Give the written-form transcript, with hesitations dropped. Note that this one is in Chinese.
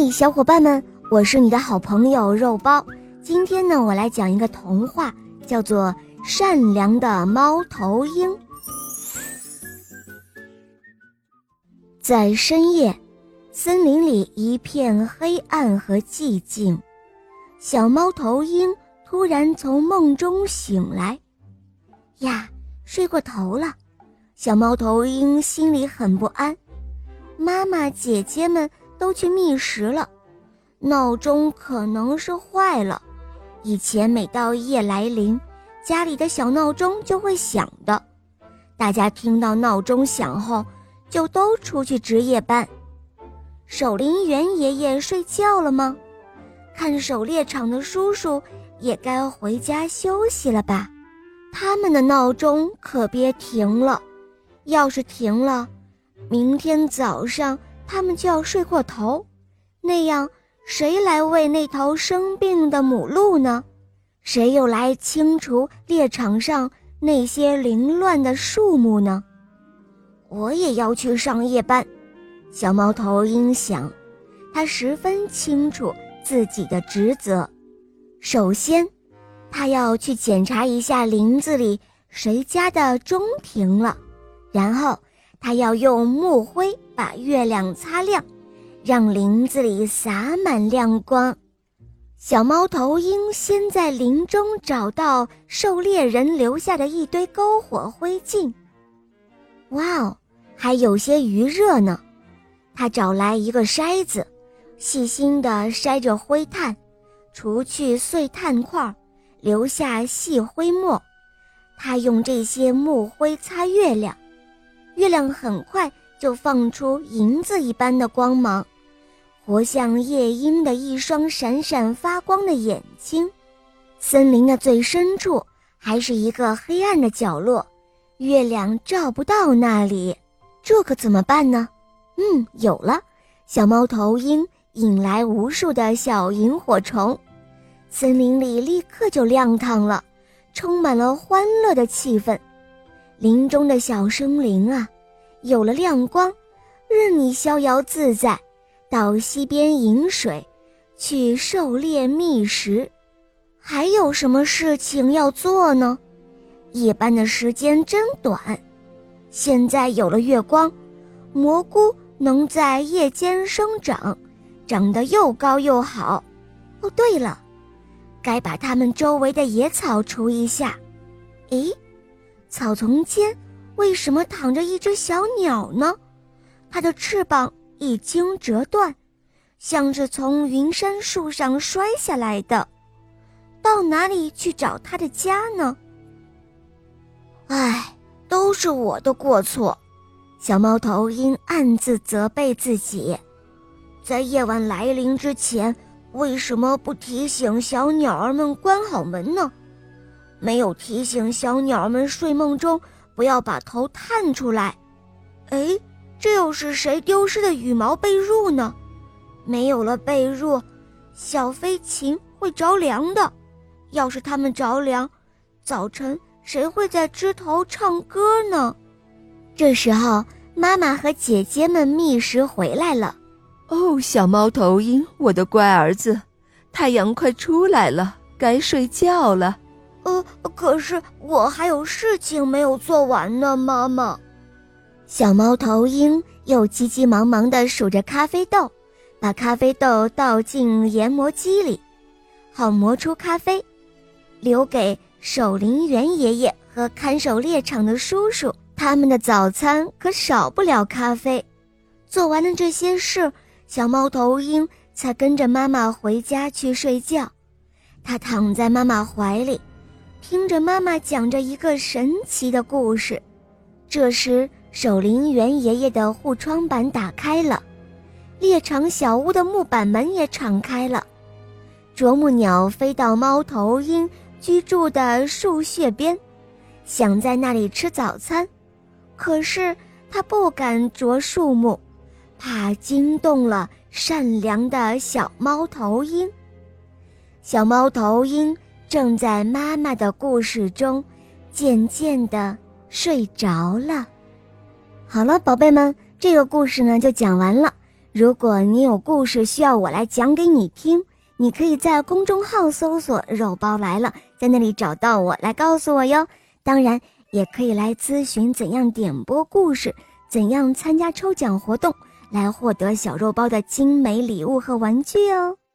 嘿，小伙伴们，我是你的好朋友肉包。今天呢，我来讲一个童话，叫做《善良的猫头鹰》。在深夜，森林里一片黑暗和寂静。小猫头鹰突然从梦中醒来，呀，睡过头了。小猫头鹰心里很不安，妈妈姐姐们都去觅食了，闹钟可能是坏了。以前每到夜来临，家里的小闹钟就会响的，大家听到闹钟响后就都出去值夜班。守林员爷爷睡觉了吗？看狩猎场的叔叔也该回家休息了吧？他们的闹钟可别停了，要是停了，明天早上他们就要睡过头，那样谁来喂那头生病的母鹿呢？谁又来清除猎场上那些凌乱的树木呢？我也要去上夜班，小猫头鹰想，他十分清楚自己的职责。首先，他要去检查一下林子里谁家的钟停了，然后他要用木灰把月亮擦亮，让林子里洒满亮光。小猫头鹰先在林中找到狩猎人留下的一堆篝火灰烬，哇哦，还有些余热呢。他找来一个筛子，细心地筛着灰炭，除去碎炭块，留下细灰末。他用这些木灰擦月亮，月亮很快就放出银子一般的光芒，活像夜莺的一双闪闪发光的眼睛。森林的最深处还是一个黑暗的角落，月亮照不到那里，这可怎么办呢？有了，小猫头鹰引来无数的小萤火虫，森林里立刻就亮堂了，充满了欢乐的气氛。林中的小生灵啊，有了亮光，任你逍遥自在，到溪边饮水，去狩猎觅食。还有什么事情要做呢？夜班的时间真短，现在有了月光，蘑菇能在夜间生长，长得又高又好。哦，对了，该把它们周围的野草除一下。诶，草丛间为什么躺着一只小鸟呢？它的翅膀已经折断，像是从云杉树上摔下来的。到哪里去找它的家呢？唉，都是我的过错。小猫头鹰暗自责备自己，在夜晚来临之前，为什么不提醒小鸟儿们关好门呢？没有提醒小鸟儿们睡梦中不要把头探出来。诶，这又是谁丢失的羽毛被褥呢？没有了被褥，小飞禽会着凉的。要是它们着凉，早晨谁会在枝头唱歌呢？这时候，妈妈和姐姐们觅食回来了。 哦，小猫头鹰，我的乖儿子，太阳快出来了，该睡觉了。 可是我还有事情没有做完呢，妈妈。小猫头鹰又急急忙忙地数着咖啡豆，把咖啡豆倒进研磨机里，好磨出咖啡，留给守林员爷爷和看守猎场的叔叔。他们的早餐可少不了咖啡。做完了这些事，小猫头鹰才跟着妈妈回家去睡觉。他躺在妈妈怀里，听着妈妈讲着一个神奇的故事。这时，守林员爷爷的护窗板打开了，猎场小屋的木板门也敞开了。啄木鸟飞到猫头鹰居住的树穴边，想在那里吃早餐，可是它不敢啄树木，怕惊动了善良的小猫头鹰。小猫头鹰正在妈妈的故事中渐渐地睡着了。好了，宝贝们，这个故事呢就讲完了。 如果你有故事需要我来讲给你听，你可以在公众号搜索肉包来了，在那里找到我来告诉我哟。当然也可以来咨询怎样点播故事，怎样参加抽奖活动，来获得小肉包的精美礼物和玩具哦。